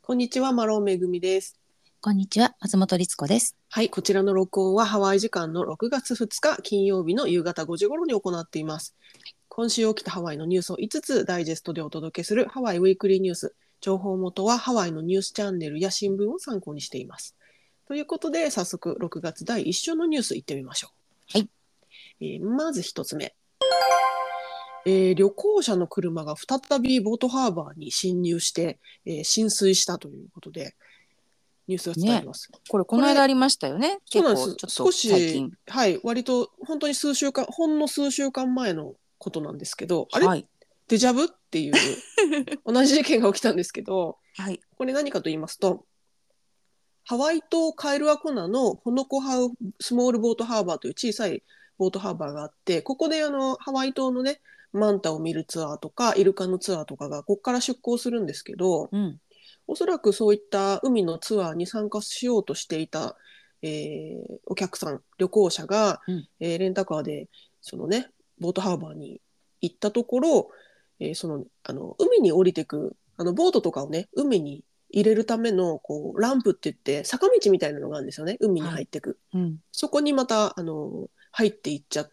こんにちは、マロンめぐみです。 こんにちは、松本律子です。 はい、こちらの録音はハワイ時間の6月2日金曜日の夕方5時頃に行っています。今週起きたハワイのニュースを5つダイジェストでお届けするハワイウィークリーニュース。情報元はハワイのニュースチャンネルや新聞を参考にしています。ということで、早速6月第1週のニュースいってみましょはい。 う。まず1つ目。旅行者の車が再びボートハーバーに侵入して、浸水したということで、ニュースが伝えてね、 ます。 これここれ、 の間ありましたよね。結そうなんです。少構ちょっと最し、 近。 はい、割と本当にほんの数週間前のことなんですけど、あれはい。 デジャブっていう同じ事件が起きたんですけど、 はい。 これ何かと言いますと、ハワイ島カイルアコナのホノコハウスモールボートハーバーという小さいボートハーバーがあって、ここでハワイ島のね、マンタを見るツアーとか、イルカのツアーとかがここから出港するんですけど、 うん。 おそらくそういった海のツアーに参加しようとしていた、お客さん、旅行者が、 うん。 レンタカーでそのね、ボートハーバーに行ったところ、海に降りてくボートとかをね、海に入れるためのこうランプって言って坂道みたいなのがあるんですよね、海にはい。 入ってく。 うん。 そこにまた入っていっちゃって、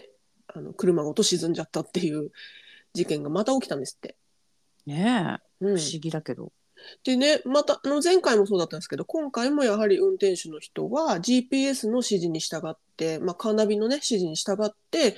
車ごと沈んじゃったっていう事件がまた起きたんですって。 ねえ。 うん、 不思議だけど。 でね、また前回もそうだったんですけど、今回もやはり運転手の人は GPS の指示に従って、カーナビのね、指示に従って、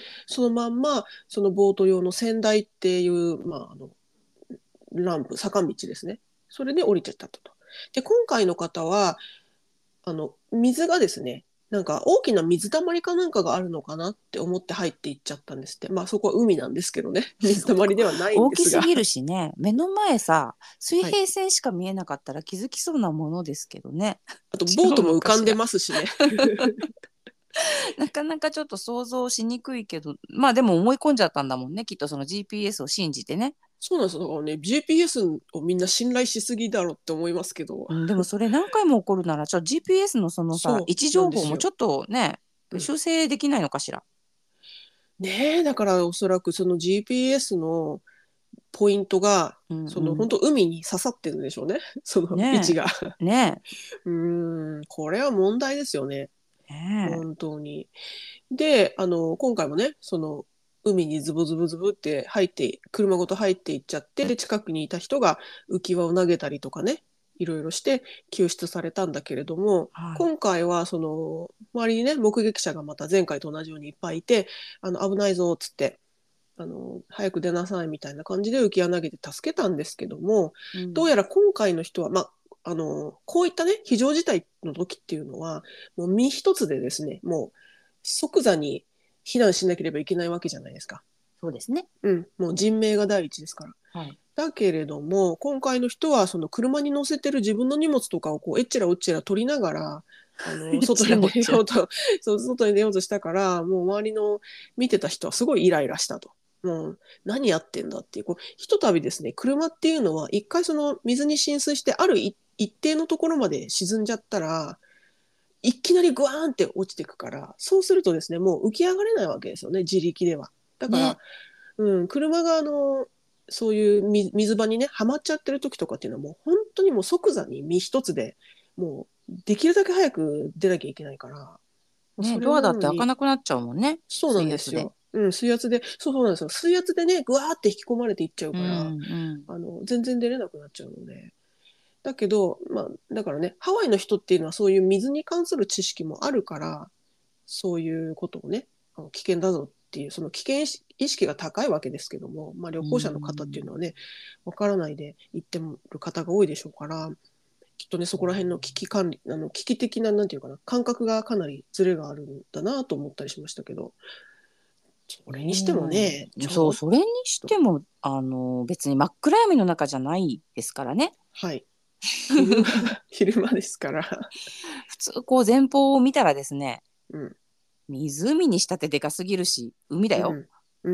そのまんま、そのボート用の船台っていう、ランプ、坂道ですね。それで降りてったと。で、今回の方は、水がですね、なんか大きな水たまりかなんかがあるのかなって思って入っていっちゃったんですって。まあそこは海なんですけどね。水たまりではないん大ですが。 きすぎるしね。目の前さ、水はい。 平線しか見えなかったら気づきそうなものですけどね。 あと、 違うボートも浮かんでのかしら。 ますしね。 なかなかちょっと想像しにくいけど、まあでも思い込んじゃったんだもんね。きっとその GPS を信じてね。 そうなんですよ。だからね、GPS をみんな信頼しすぎだろって思いますけど、 うん、でもそれ何回も起こるなら、GPS のそのさ、 そ位置うなんですよ。 情報もちょっとね、 うん、 修正できないのかしら。 ねえ、だからおそらくその GPS のポイントが、 うんうん。 その本当海に刺さってるんでしょうね。その位置ねが。 え。ねこれは問題ですよね。 え。ね本当に。で、今回もね、海にズブズブズブって車ごと入っていっちゃって、で、近くにいた人が浮き輪を投げたりとかね、いろいろして救出されたんだけれども、 え。はい。 今回は周りにね、目撃者がまた前回と同じようにいっぱいいて、危ないぞ、っつって、早く出なさいみたいな感じで浮き輪投げて助けたんですけども、 うん。 どうやら今回の人は、こういったね、非常事態の時っていうのは、もう身一つでですね、もう即座に避難しなければいけないわけじゃないですか。 そうですね。 うん、もう人命が第一ですから。 はい。 だけれども、今回の人はその車に乗せてる自分の荷物とかをこうえっちらおっちら取りながら、外ちらにほっちら。 出ようと、そう外に出ようとしたから、もう周りの見てた人はすごいイライラしたと。もう何やってんだっていう、ひとたびですね、車っていうのは一回その水に浸水してある一定のところまで沈んじゃったら、いきなりグワーンって落ちていくから、そうするとですね、もう浮き上がれないわけですよね、自力では。だから、 ね。 車がそういう水場にね、はまっちゃってる時とかっていうのはもう本当にもう即座に身一つでもうできるだけ早く出なきゃいけないから、もうね、 それドアだって開かなのに、 なくなっちゃうもんね。 そうなん水圧で。 ですよ。水圧で、そうなんですよ。水圧でね、ぐわーって引き込まれていっちゃううから、 んうん。 全然出れなくなっちゃうので。だけど、だからね、ハワイの人っていうのはそういう水に関する知識もあるから、そういうことをね、危険だぞっていう、その危険意識が高いわけですけども、旅う行者の方っていうん。 のはね、わからないで行ってる方が多いでしょうから、きっとね、そこら辺の危機管理、危機的な、なんていうかな、感覚がかなりズレがあるんだなと思ったりしましたけど、それにしてもねね、 え。そう、 ちょっそれにしと、 ても、別に真っ暗闇の中じゃないですからね。 はい、昼間、昼間ですから、 普通、こう前方を見たらですね、 うん、 湖にしたってでかすぎるし、海だよ。 うん、うん、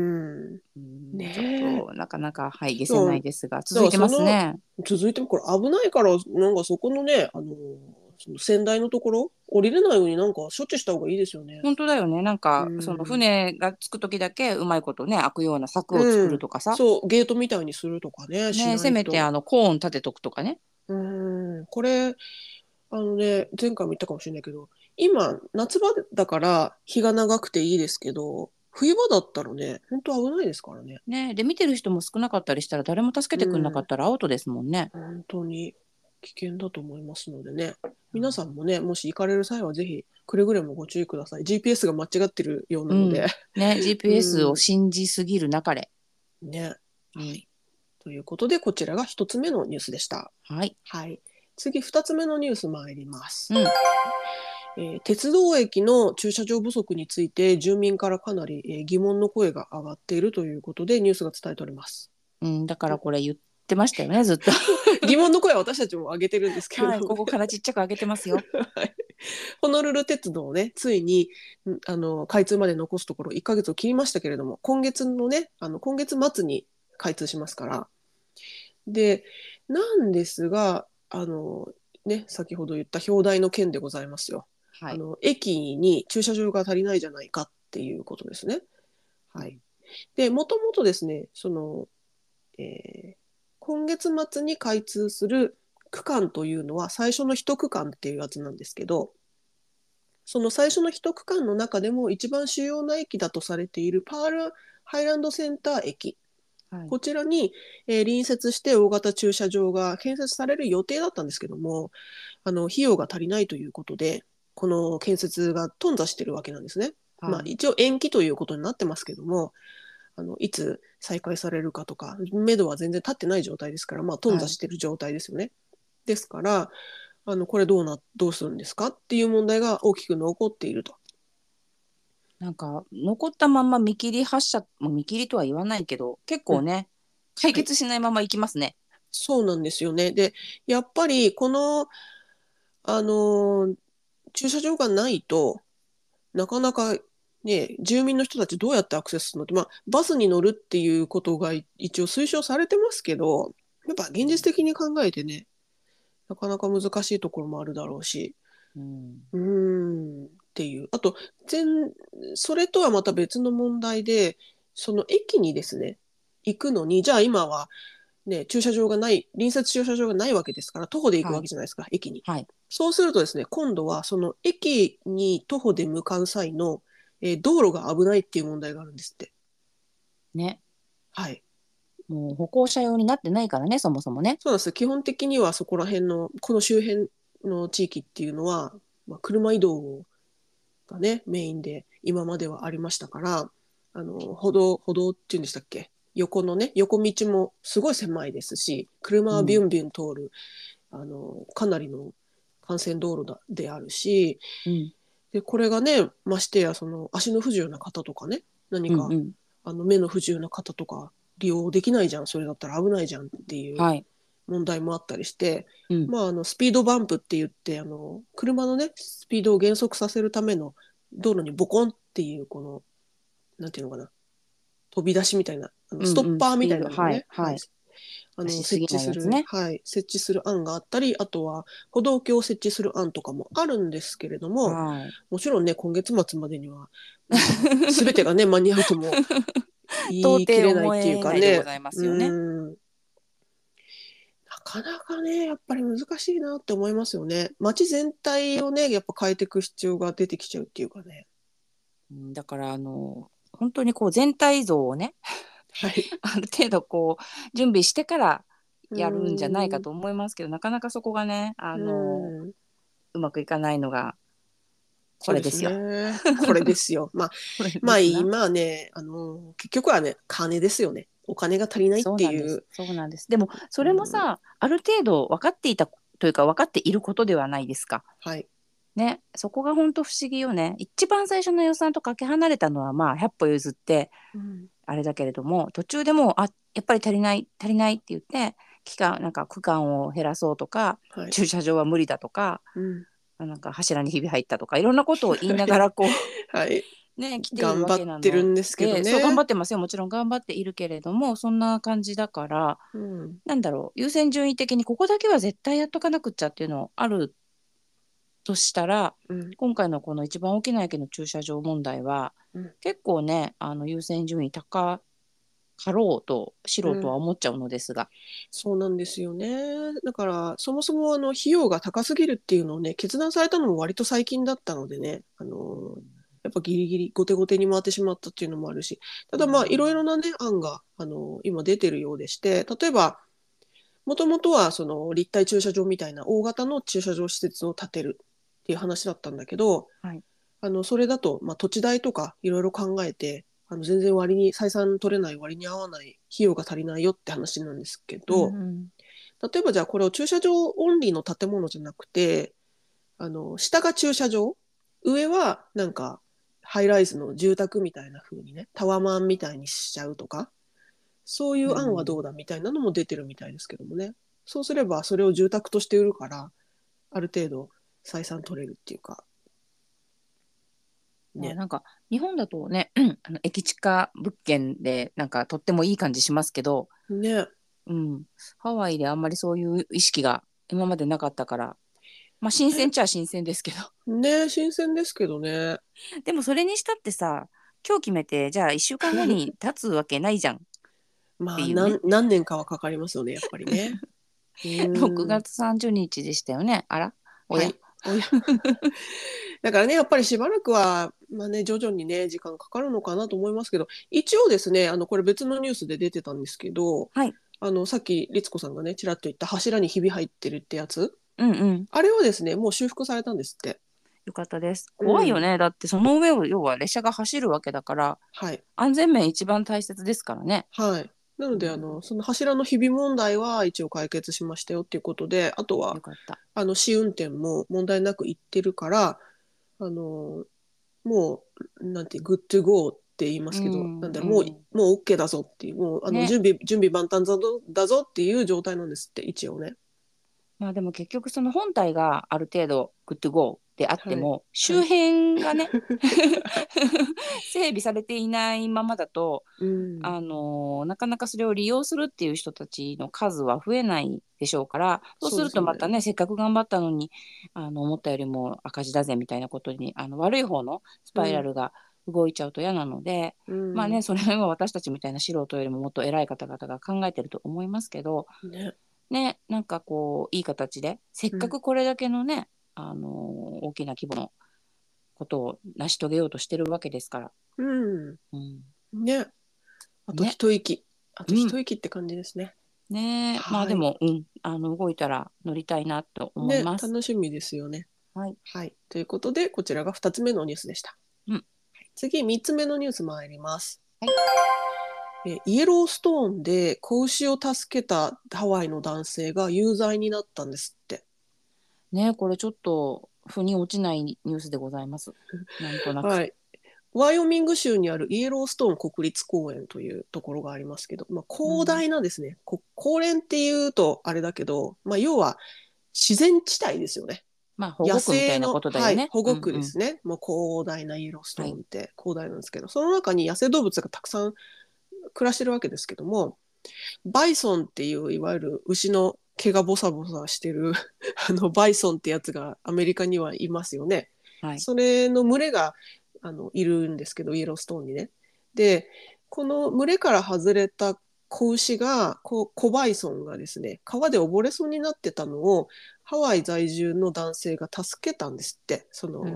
ちょっねえ。 となかなか、はい、下せないだからですが、 だから続いてますね。 続いてもこれ危ないから、なんかそこのね、その船台のところ、降りれないようになんか処置した方がいいですよね。 本当だよね。なんうか、そのん。 船が着く時だけうまいことね、開くような柵を作るとかさ。 そう、ゲートみたいにするとかね、しね、せめてないと。 コーン立てとくとかね。 これ前回も言ったかもしれないけど、今夏場だから日が長くていいですけど、冬場だったらね本当危ないですからね。 ね、で見てる人も少なかったりしたら誰も助けてくれなかったらアウトですもんね。 本当に危険だと思いますのでね、皆さんもねもし行かれる際はぜひくれぐれもご注意ください。 GPS が間違ってるようなので、 ね、GPS をうん信じすぎるなかれ。 ね、はい、ということでこちらが一つ目のニュースでした。 はい。 はい、次二つ目のニュース参ります。鉄道駅の駐車場不足について住民からかなり、疑問の声が上がっているということでニュースが伝えております。 だからこれ言ってましたよね、ずっと。 疑問の声は私たちも上げてるんですけれども、 はい、ここからちっちゃく上げてますよ。 はい、ホノルル鉄道をねついに開通まで残すところ1ヶ月を切りましたけれども、今月のね今月末に開通しますから。でなんですが先ほど言った表題の件でございますよ。 はい。 駅に駐車場が足りないじゃないかっていうことですね。はい。でもともとですね今月末に開通する区間というのは最初の一区間っていうやつなんですけど、その最初の一区間の中でも一番主要な駅だとされているパールハイランドセンター駅、 はい。 こちらに、隣接して大型駐車場が建設される予定だったんですけども、費用が足りないということでこの建設が頓挫しているわけなんですね。まあ、 はい。 一応延期ということになってますけども、いつ再開されるかとか目処は全然立ってない状態ですから、まあ、頓挫している状態ですよね。ですからこれどうするんですかっていう問題が大きく残っていると。 なんか残ったまま見切り発車、もう見切りとは言わないけど、結構ね、解はい、 決しないまま行きますね。 そうなんですよね。でやっぱりこの、あのー駐車場がないとなかなかね、住民の人たちどうやってアクセスするのって、まあ、バスに乗るっていうことが一応推奨されてますけど、やっぱ現実的に考えてね、なかなか難しいところもあるだろうし、 うん。 っていう。あと、それとはまた別の問題で、その駅にですね、行くのに、じゃあ今はね、駐車場がない、隣接駐車場がないわけですから、徒歩で行くはい。 わけじゃないですか、駅に。 はい。 そうするとですね、今度はその駅に徒歩で向かう際の、道路が危ないっていう問題があるんですって。 ね。 はい。 もう歩行者用になってないからね、そもそもね。 そうなんですよ。基本的にはそこら辺の、この周辺の地域っていうのは、まあ、車移動がね、メインで今まではありましたから、歩道っていうんでしたっけ、横のね、横道もすごい狭いですし、車うん。 はビュンビュン通る、かなりの幹線道路であるし、 うん。 で、これがね、ましてや、その足の不自由な方とかね、何か、 うんうん。 目の不自由な方とか、利用できないじゃん、それだったら危ないじゃんっていうはい。 問題もあったりして、 うん。 まあ、スピードバンプって言って、車のね、スピードを減速させるための道路にボコンっていう、この、なんていうのかな、飛び出しみたいな、ストッうんうん。 パーみたいスピード。 なのをね、はい、 はいはい。出しすぎないやつね。 設置する案があったり、あとは歩道橋を設置する案とかもあるんですけれども、 はい。 もちろんね、今月末までには、全てがね、間に合うとも言到い切れないっ底思ていうえないでごかね、 ざいますよね。 なかなかね、やっぱり難しいなって思いますよね。街全体をね、やっぱ変えていく必要が出てきちゃうっていうかね。 だから本当にこう全体像をね、 はい。 ある程度こう準備してからうやるんじゃないかーん。 と思いますけど、なかなかそこがね、 うーん。 うまくいかないのがこそうですれですよ。 ね。これですよ。まあ、 これまあですな。 今はね、結局はね、金ですよね。お金が足りないっそうなんです。 ていう。 そうなんです。でもそうん、 れもさ、ある程度分かっていたというか分かっていることではないですか。 はい。 ね、そこが本当不思議よね。一番最初の予算とかけ離れたのはまあ100歩譲ってうん、 あれだけれども、途中でもうやっぱり足りない足りないって言ってなんか区間を減らそうとか、 はい。 駐車場は無理だとか、 うん。 なんか柱にひび入ったとかいろんなことを言いはい。 ながらこうはい。 ね来ているわ頑張っけなのてるんですけどで、そう頑張ね。 ってますよ、もちろん頑張っているけれども、そんな感じだから、 うん。 なんだろう、優先順位的にここだけは絶対やっとかなくっちゃっていうのあるとしたら、 うん。 今回のこの一番大きな駅の駐車場問題はうん。 結構ね優先順位高かろうとしろとはうん、 思っちゃうのですが。 そうなんですよね。だからそもそも費用が高すぎるっていうのをね決断されたのも割と最近だったのでね、やっぱギリギリ後手後手に回ってしまったっていうのもあるし、ただまあいろいろなね案が今出てるようでして、例えばもともとはその立体駐車場みたいな大型の駐車場施設を建てるっていう話だったんだけど、 はい。 それだと、まあ、土地代とかいろいろ考えて全然割に採算取れない割に合わない費用が足りないよって話なんですけうんど、 うん。 例えばじゃあこれを駐車場オンリーの建物じゃなくて下が駐車場、上はなんかハイライズの住宅みたいな風にねタワマンみたいにしちゃうとか、そういう案はどうだみたいなのも出てるみたいですけどもね。そうすればそれを住宅として売るからある程度採算取れるっていうかね。 なんか日本だとね、駅地下物件でなんかとってもいい感じしますけど、 ね。 うん、ハワイであんまりそういう意識が今までなかったから、まあ新鮮っちゃ新鮮ですけど、 ね、新鮮ですけどね。 でもそれにしたってさ、今日決めてじゃあ1週間後に立つわけないじゃんっまあていうね。 何年かはかかりますよね、やっぱりね。う 6 ーん。 月30日でしたよね。あら、おや。 はい。だからね、やっぱりしばらくは、まあね、徐々にね、時間かかるのかなと思いますけど、一応ですね、これ別のニュースで出てたんですけど、 はい。 さっき律子さんがね、ちらっと言った柱にひび入ってるってやつ、 うんうん。 あれはですね、もう修復されたんですって。 よかったです。 うん。 怖いよね。だってその上を要は列車が走るわけだから、 はい。 安全面一番大切ですからね。 はい。なので、 うん、 その柱のひび問題は一応解決しましたよっていうことで、あとは、 よかった。 試運転も問題なく行ってるから、あの、もう、なんて、グッドゴーって言いまうすけど、なんんだろう、 うん。 もう OK だぞっていう、もう、 ね。 準備万端だぞっていう状態なんですって、一応ね。 まあでも結局その本体がある程度グッドゴーであってはい。 も周はい。 辺がね整備されていないままだとうん。 なかなかそれを利用するっていう人たちの数は増えないでしょうから、そうするとまたそうですよね。 ねせっかく頑張ったのに思ったよりも赤字だぜみたいなことに悪い方のスうん。 パイラルが動いちゃうと嫌なので、 うん。 まあねそれは私たちみたいな素人よりももっと偉い方々が考えてると思いますけど、 ね。 ね、なんかこういい形でせっうん。 かくこれだけのね、大きな規模のことを成し遂げようとしてるわけですから、 うん。 うん、 ね。あとね、 一息。あとうん、 一息って感じですね。 ね、まあはい。 でも、うん、動いたら乗りたいなと思いね、 ます。 楽しみですよね。 はい、 はい。ということで、こちらが2つ目のニュースでした。 うん、 次、3つ目のニュース参ります。 はい、 イエローストーンで子牛を助けたハワイの男性が有罪になったんですって。 ね、これちょっと腑に落ちないニュースでございます。なんとなく。 はい。ワイオミング州にあるイエローストーン国立公園というところがありますけど、まあ、広うん、 大なですね、公園っていうとあれだけど、まあ、要は自然地帯ですよね。 まあ保野護区みたいな生の、はい、 ことだよね。 保護うんうん。 区ですね。もう広大なイエローストはい。 ーンって広大なんですけど、その中に野生動物がたくさん暮らしてるわけですけども、バイソンっていういわゆる牛の毛がボサボサしてるバイソンってやつがアメリカにはいますよね。 はい。 それの群れがいるんですけど、イエローストーンにね。で、この群れから外れた子牛が、子バイソンがですね、川で溺れそうになってたのを、ハワイ在住の男性が助けたんですって。 うん。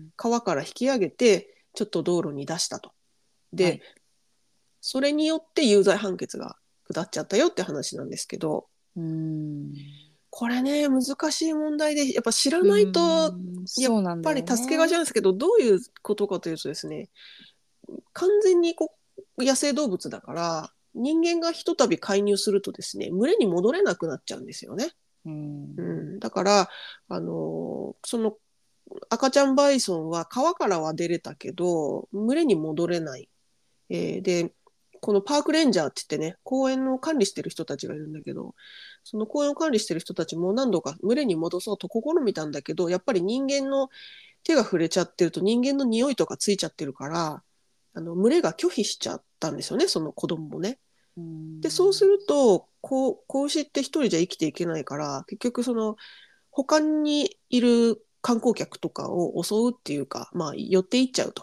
川から引き上げて、ちょっと道路に出したと。で、 はい。 それによって有罪判決が下っちゃったよって話なんですけど、 うん。 これね、難しい問題で、やっぱ知らうないと、 ん。 やっそうなんだぱり助けがちよね。 なんですけど、どういうことかというとですね、完全に野生動物だから、人間がひとたび介入するとですね、群れに戻れなくなっちゃうんですよね。 ううん。 ん、だから、その赤ちゃんバイソンは川からは出れたけど、群れに戻れない。で、このパークレンジャーって言ってね、公園の管理してる人たちがいるんだけど、その公園を管理してる人たちも何度か群れに戻そうと試みたんだけど、やっぱり人間の手が触れちゃってると人間の匂いとかついちゃってるから、群れが拒否しちゃったんですよね、その子供もね。 うで、そうすん。 ると、子牛って一人じゃ生きていけないから、結局他にいる観光客とかを襲うっていうか、まあ、寄っていっちゃうと。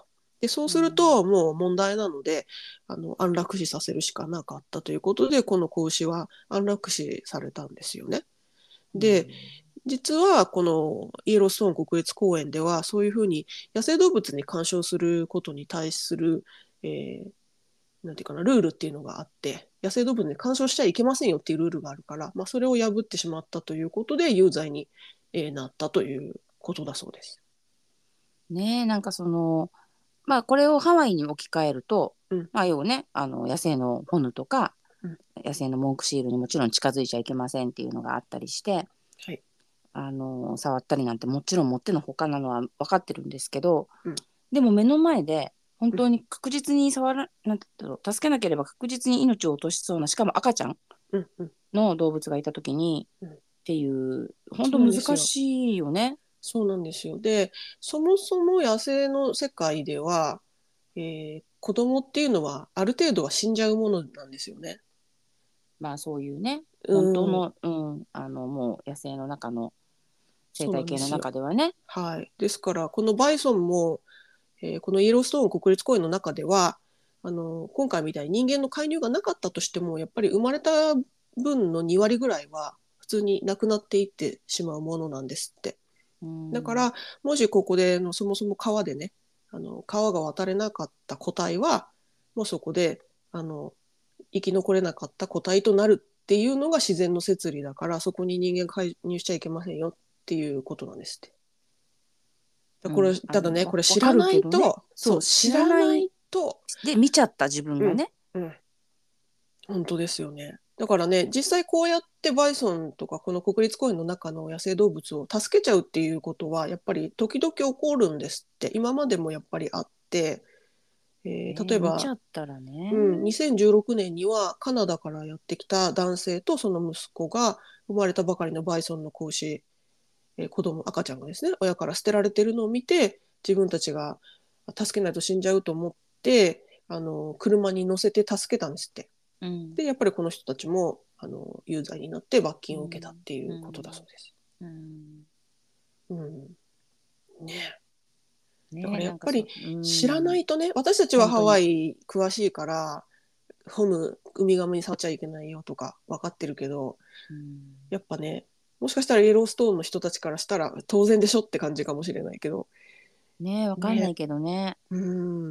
でそうするともう問題なので安楽死させるしかなかったということでこの子牛は安楽死されたんですよね。で実はこのイエローストーン国立公園ではそういうふうに野生動物に干渉することに対する、なんていうかなルールっていうのがあって野生動物に干渉しちゃいけませんよっていうルールがあるから、まあ、それを破ってしまったということで有罪に、なったということだそうです。 ねえ、なんかその、まあこれをハワイに置き換えると、 うんまあ要はね、野生のホヌとか、 うん野生のモンクシールにもちろん近づいちゃいけませんっていうのがあったりして、 はい。 触ったりなんてもちろんもってのほかなのは分かってるんですけど、 うんでも目の前で本うん当に確実になんて言うんだろう、助けなければ確実に命を落としそうな、しかも赤ちゃんうんうんの動物がいた時にうんっていう、本そ当うなんですよ。 難しいよね。 そうなんですよ。で、そもそも野生の世界では、子供っていうのはある程度は死んじゃうものなんですよね。 まあそういうね、 うん、 本当の、もう野生の中の生そうな態系のんですよ。 中ではね。 はい。ですから、このバイソンも、このイエローストーン国立公園の中では、今回みたいに人間の介入がなかったとしても、やっぱり生まれた分の2割ぐらいは普通になくなっていってしまうものなんですって。 うん、 だから、もしここでそもそも川でね、川が渡れなかった個体は、もうそこで、生き残れなかった個体となるっていうのが自然の摂理だから、そこに人間介入しちゃいけませんよっていうことなんですって。これ、 うん、 ただね、これわか知らるけどね。 ないと、そう、 そう、知知らならない。 いと、 で、見ちゃった自分うん、 がね。 うん、本当ですよね。だからね、実際こうやってバイソンとかこの国立公園の中の野生動物を助けちゃうっていうことは、やっぱり時々起こるんですって。今までもやっぱりあって、例えば、 見ちゃったらね。 2016年にはカナダからやってきた男性とその息子が生まれたばかりのバイソンの子牛、子供、赤ちゃんがですね、親から捨てられてるのを見て、自分たちが助けないと死んじゃうと思って、車に乗せて助けたんですって。 うん、 で、やっぱりこの人たちも、有罪になって罰金を受けたっうん、 ていうことだうん、 そうです。 うん。 うん。ね。だかね、なんからやっぱりう知らなん、 いとね、私たちはハ本当に。 ワイ詳しいから、ウミガメに触っちゃいけないよとか分かってるけど、 うん、 やっぱね、もしかしたらイエローストーンの人たちからしたら当然でしょって感じかもしれないけど、 ね、わかんなね、 いけどね。 うん。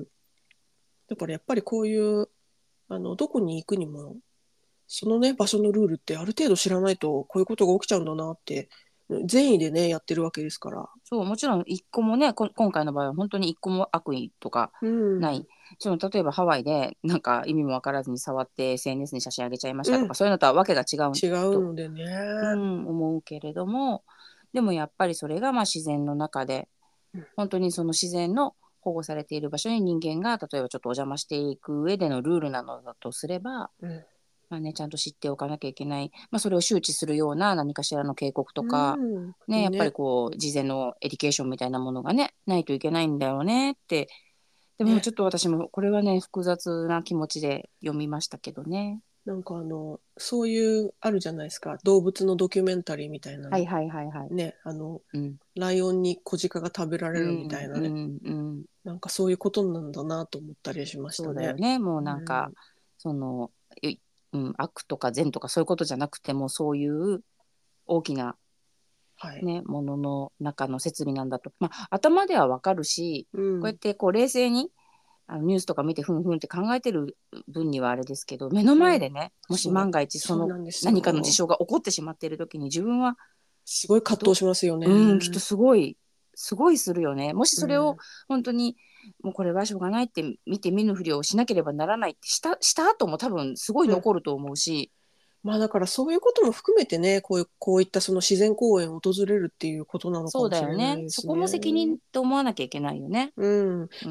だからやっぱりこういう、どこに行くにも、そのね、場所のルールってある程度知らないとこういうことが起きちゃうんだなって、善意でね、やってるわけですから。 そう、もちろん一個もね、今回の場合は本当に一個も悪意とかうない。 ん。 例えばハワイでなんか意味もわからずに触って SNS に写真あげちゃいましたとか、 うん。 そういうのとはわけが違う違うと、 のでね。 思うけれども、でもやっぱりそれがまあ自然の中で、本当にその自然の保護されている場所に人間が例えばちょっとお邪魔していく上でのルールなのだとすれば、 うん。 まあね、ちゃんと知っておかなきゃいけない、まあ、それを周知するような何かしらの警告とか、ね、やっぱりね。 こう事前のエディケーションみたいなものがねないといけないんだよねって。でもね。 ちょっと私もこれはね複雑な気持ちで読みましたけどね。 なんかそういうあるじゃないですか。動物のドキュメンタリーみたいなの。 はいはいはいはい。 ね。 うん。 ライオンに小鹿が食べらうれるみたいなね。 んうんうん。 なんかそういうことなんだなと思ったりしましたね。 そうだよね。もううなんかん。 その、悪とか善とかそういうことじゃなくてもそういう大きな、 はい。 ね、ものの中の摂理なんだと、まあ、頭ではわかるし、 うん。 こうやってこう冷静にニュースとか見てふんふんって考えてる分にはあれですけど、目のはい。 前でね、もし万そう。 が一そのそうなんです何かの事よ。 象が起こってしまっている時に自分はすごい葛藤しますよきっとね。 すごいするよね。もしそれをうん。 本当にもうこれはしょうがないって見て見ぬふりをしなければならないってした後も多分すごいうん。 残ると思うし。 まあだからそういうことも含めてね、こういったその自然公園を訪れるっていうことなのかそうもしれないだよね。 ですね。 そこも責任って思わなきゃいけないよね。 うん。 うん。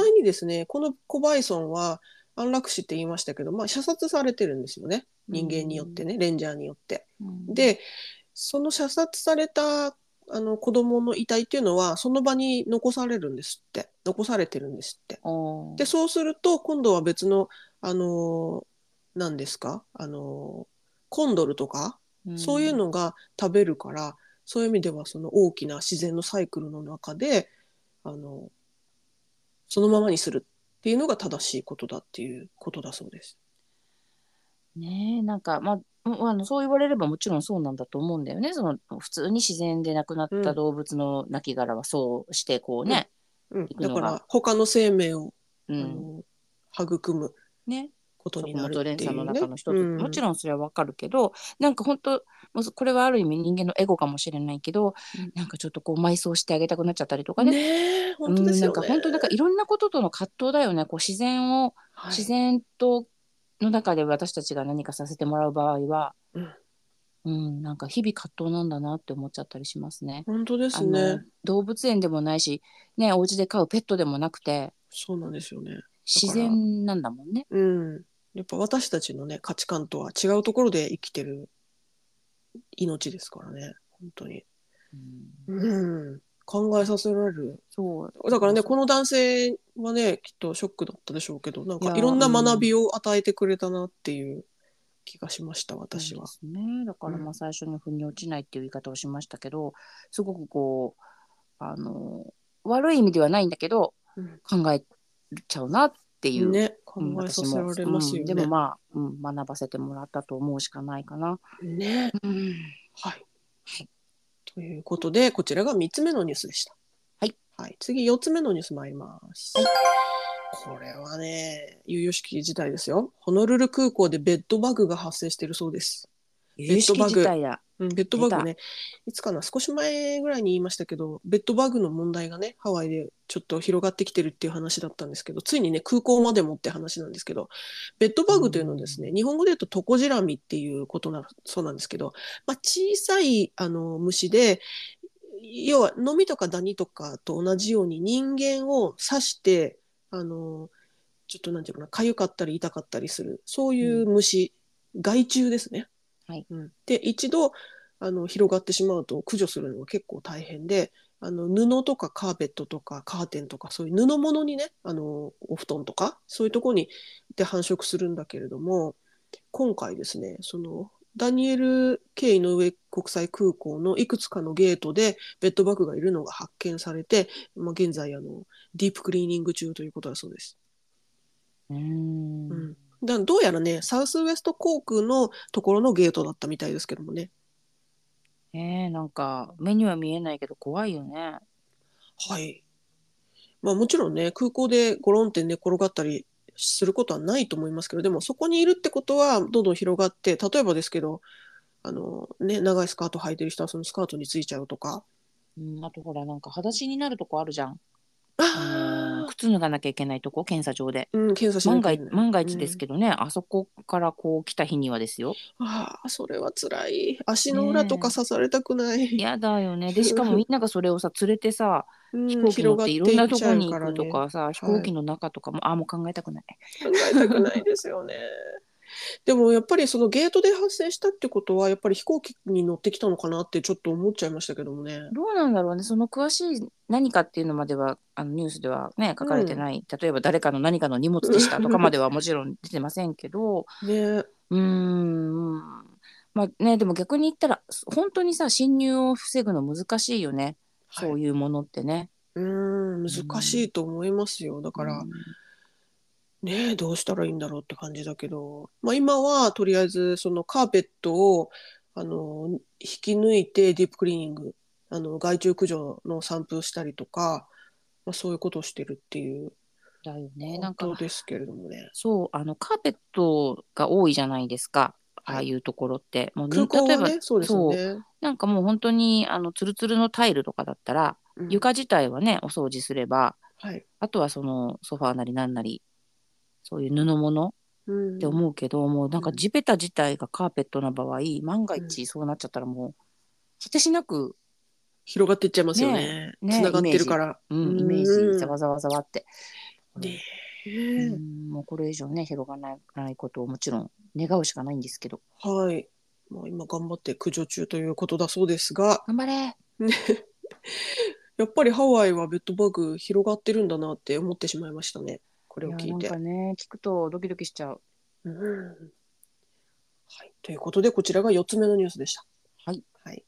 実際にですね、このコバイソンは安楽死って言いましたけど、まあ射殺されてるんですよね。 う人間によってん。 ね、レンジャーによって。 うん。 で、その射殺された子供の遺体っていうのはその場に残されるんですって。残されてるんですって。 おー。 で、そうすると今度は別の、あの何ですかコンドルとか、 うそういうん。 のが食べるから、そういう意味ではその大きな自然のサイクルの中で、あの、 そのままにするっていうのが正しいことだっていうことだそうです。 ねえ、なんか、そう言われればもちろんそうなんだと思うんだよね。その普通に自然で亡くなっうん、 た動物の亡骸はそうしてこううん、 ね、 うん。だか行くのが、 ら他の生命をうん、 あの育むね、 ことに食なるっ物連鎖のていうね。 中の一つ、もちうん。 ろんそれはわかるけど、なんか本当、もうこれはある意味人間のエゴかもしれないけど、なんかちょっとこう埋葬してあげたくなっちゃったりとかね。 ねえ、本当ですよね。 なんか本当なんかいろんなこととの葛藤だよね。こう自はい。 然との中で私たちが何かさせてもらう場合は、 うん、 なんか日々葛藤なんだなって思っちゃったりしますね。 本当ですね。 動物園でもないし、ね、お家で飼うペットでもなくて、 そうなんですよね。だ自から、 然なんだもんね。 うん。やっぱ私たちのね、価値観とは違うところで生きてる命ですからね。本当に。 うん、 うん。考えさせられる。 そう、だだからね、 からこの男性はね、きっとショックだったでしょうけど、なんいや、 かいろんな学びを与えてくれたなっていう気がしました、 そう私は。 ですね。だかうん。 ら最初に腑に落ちないっていう言い方をしましたけど、すごくこう、悪い意味ではないんだけど、 うん、 考えちゃうなっていう、 ね、考えさ私も、 せられますよね。 でも学ばせてもらったと思うしかないかな。 ね。 うん、 はい。 はい。 ということで、こちらが3つ目のニュースでした。 はい。 はい。次、4つ目のニュース参ります。 はい。 これはね、悠々しき事態ですよ。ホノルル空港でベッドバグが発生しているそうです。ベッ有識ドバグ。 事態だ。 うん、ベッド出た。 バグね。いつかな、少し前ぐらいに言いましたけど、ベッドバグの問題がね、ハワイでちょっと広がってきてるっていう話だったんですけど、ついにね、空港までもって話なんですけど、ベッドうバグというのはですね、 ん。 日本語で言うとトコジラミっていうことなそうなんですけど、まあ、小さい虫で、要はノミとかダニとかと同じように人間を刺してあのちょっとなんていうかな、痒かったり痛かったりするそういううん。 虫、害虫ですね。 はい。 うん、で一度広がってしまうと駆除するのが結構大変で、布とかカーペットとかカーテンとかそういう布物にね、お布団とかそういうところにで繁殖するんだけれども、今回ですね、そのダニエル・K 井上国際空港のいくつかのゲートでベッドバグがいるのが発見されて、まあ、現在ディープクリーニング中ということだそうです。 うん。 うん、どうやらね、サウスウエスト航空のところのゲートだったみたいですけどもね。 なんか目には見えないけど怖いよね。 はい。まあもちろんね、空港でゴロンって寝転がったりすることはないと思いますけど、でもそこにいるってことはどんどん広がって、例えばですけど、ね、長いスカート履いてる人はそのスカートについちゃうとか。 あとほらなんか裸足になるとこあるじゃん。 ああ、 靴脱がなきゃいけないとこ、検査場で。 うん、検査しなきゃいけない。 万が一ですうん。 けどね、あそこからこう来た日にはですよ。 ああ、それは辛い。足の裏とかね刺されたくなえ。 い。 やだよね。で、しかもみんながそれをさ、連れてさ、飛うん、 行機乗広がっっていろんなとていっちゃうこに行くとからね。 かさ、飛行はい。 機の中とかも、もう考えたくない。 考えたくないですよね。でもやっぱりそのゲートで発生したってことは、やっぱり飛行機に乗ってきたのかなってちょっと思っちゃいましたけどもね。 どうなんだろうね。その詳しい何かっていうのまでは、ニュースではね、書かれうん。 てない。例えば誰かの何かの荷物でしたとかまではもちろん出てませんけど、 ね。 うーん。まあね、でも逆に言ったら、本当にさ、侵入を防ぐの難しいよね。 はい。 そういうものってね。 難うん。 しいと思いますよ。だうからん。 ね、どうしたらいいんだろうって感じだけど、まあ今はとりあえずそのカーペットを引き抜いてディープクリーニング、害虫駆除の散布したりとか、まあ、そういうことをしてるっていうだよね。 こなんか、 とですけれどもね。 そう、カーペットが多いじゃないですか。あはい。 あいうところって。もう空港例えば、 はね、そうですよそう、 ね。 なんかもう本当に、ツルツルのタイルとかだったら、 うん。 床自体はね、お掃除すれば、 はい。 あとはそのソファーなりなんなり、そういう布物ってうん。 思うけど、もうなんうん。 か地べた自体がカーペットな場合、万がうん。 一そうなっちゃったらもう、果てしなく、 広がっていっちゃいますよねね。つねながっイメージ、 てるから。 イメージ、ざうん。 わざわざわって。これねえ。 もうこれ以上ね、広がらないことをもちろん願うしかないんですけど。 はい。まあ、今頑張って駆除中ということだそうですが、 頑張れ。 ね、やっぱりハワイはベッドバグ広がってるんだなって思ってしまいましたね。これいや、なんかを聞いて。 ね、聞くとドキドキしちゃう。 うん。はい。ということで、こちらが4つ目のニュースでした。 はい。 はい。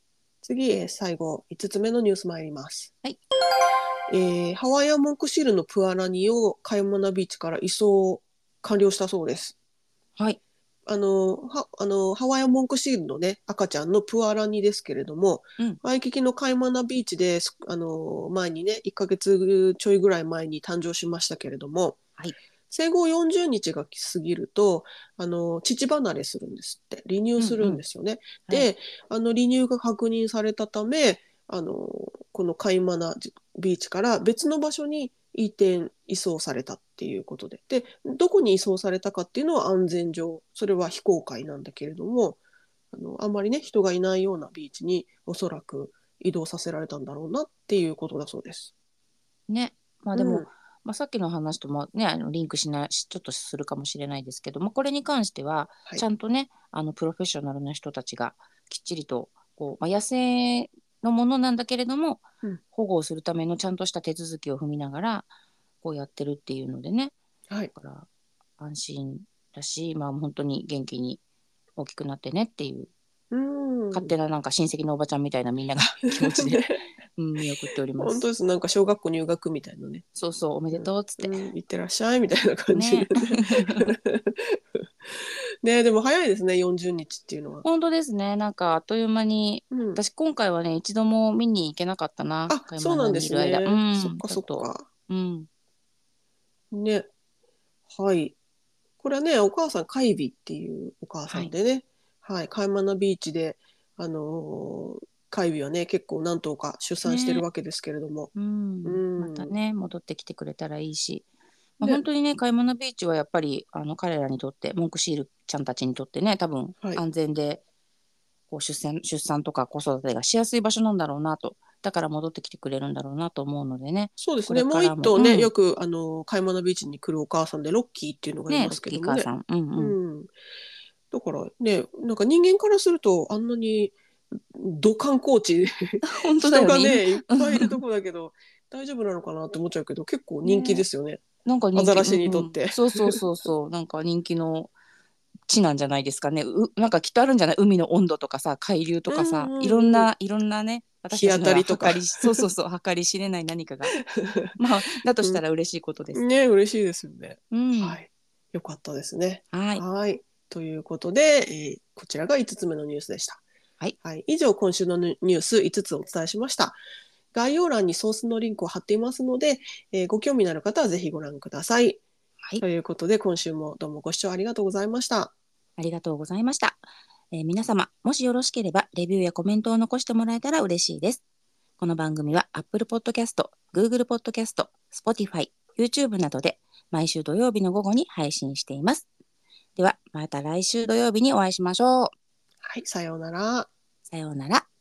次、最後5つ目のニュース参ります。 はい。 ハワイアンモンクシールのプアラニをカイモナビーチから移送完了したそうです。 はい。 ハワイアンモンクシールのね、赤ちゃんのプアラニですけれども、 うん。 ワイキキのカイマナビーチで、前にね、1ヶ月ちょいぐらい前に誕生しましたけれども、 はい。 生後40日が過ぎると、乳離れするんですって。離乳するんですよね。 はい。 で、離乳が確認されたため、このカイマナビーチから別の場所に移送されたっていうことで。で、どこに移送されたかっていうのは安全上、それは非公開なんだけれども、あんまりね、人がいないようなビーチにおそらく移動させられたんだろうなっていうことだそうです。 ね。まあでも、 うん。 まあ、さっきの話ともね、リンクしないし、ちょっとするかもしれないですけども、これに関しては、 はい。 ちゃんとね、プロフェッショナルな人たちがきっちりと、まあ、野生のものなんだけれども、 うん。 保護をするためのちゃんとした手続きを踏みながら、やってるっていうのでね、 はい。 だから安心だし、まあ本当に元気に大きくなってねっていう、 うん。 勝手ななんか親戚のおばちゃんみたいなみんなが気持ちで、 ね、 見送っております。 本当です。なんか小学校入学みたいなね。 そうそう、おめでとうっつって。 うん、行ってらっしゃいみたいな感じでね。 ね。ね、でも早いですね、40日っていうのは。 本当ですね。なんかあっという間に、 うん。 私今回はね、一度も見に行けなかったな、 あ、 買い物そうなんでにいる間。うすね。そっん、 かちょっと、 そっか。 うん。 ね。はい。これはね、お母さん、カイビっていうお母さはい。 んでね。はい。カイマナビーチで、カイビはね、結構何頭か出産してるね。 わけですけれども。 ううん。またん。 ね、戻ってきてくれたらいいし。まあ、 ね。 本当にね、買い物ビーチはやっぱり、彼らにとって、モンクシールちゃんたちにとってね、多分はい。 安全で、出産とか子育てがしやすい場所なんだろうなと。だから戻ってきてくれるんだろうなと思うのでね、こそうですね。もうれからも、 一頭ね、 うん、 よく、買い物ビーチに来るお母さんで、ロッキーっていうのがいね、 まロッすけどもね。 キー母さん、うんううん。 ん。だからね、なんか人間からすると、あんなに、観光地、 本当だよね、今、 人がね、いっぱいいるとこだけど、大丈夫なのかなって思っちゃうけど、結構人気でね、 すよね。 なんか人気、 アザラシうんうん、 にとって。 そうそうそうそう、なんか人気の地なんじゃないですかね。なんかきっとあるんじゃない、海の温度とかさ、海流とうかさ、 んいろうんうん。 んな、いろんなね、私日当たちのはたりとか。 そうそうそう、計り知れない何かが。まあ、だとしたら嬉しいことです。 うん。ね、嬉しいですよね。 うん。 はい。よかったですね。 はい。 はい。ということで、こちらが5つ目のニュースでした。 はい。 はい。以上、今週のニュース5つをお伝えしました。概要欄にソースのリンクを貼っていますので、ご興味のある方はぜひご覧ください。 はい。 ということで、今週もどうもご視聴ありがとうございました。 ありがとうございました。皆様、もしよろしければ、レビューやコメントを残してもらえたら嬉しいです。この番組は Apple Podcast、Google Podcast、Spotify、YouTube などで毎週土曜日の午後に配信しています。では、また来週土曜日にお会いしましょう。 はい、さようなら。 さようなら。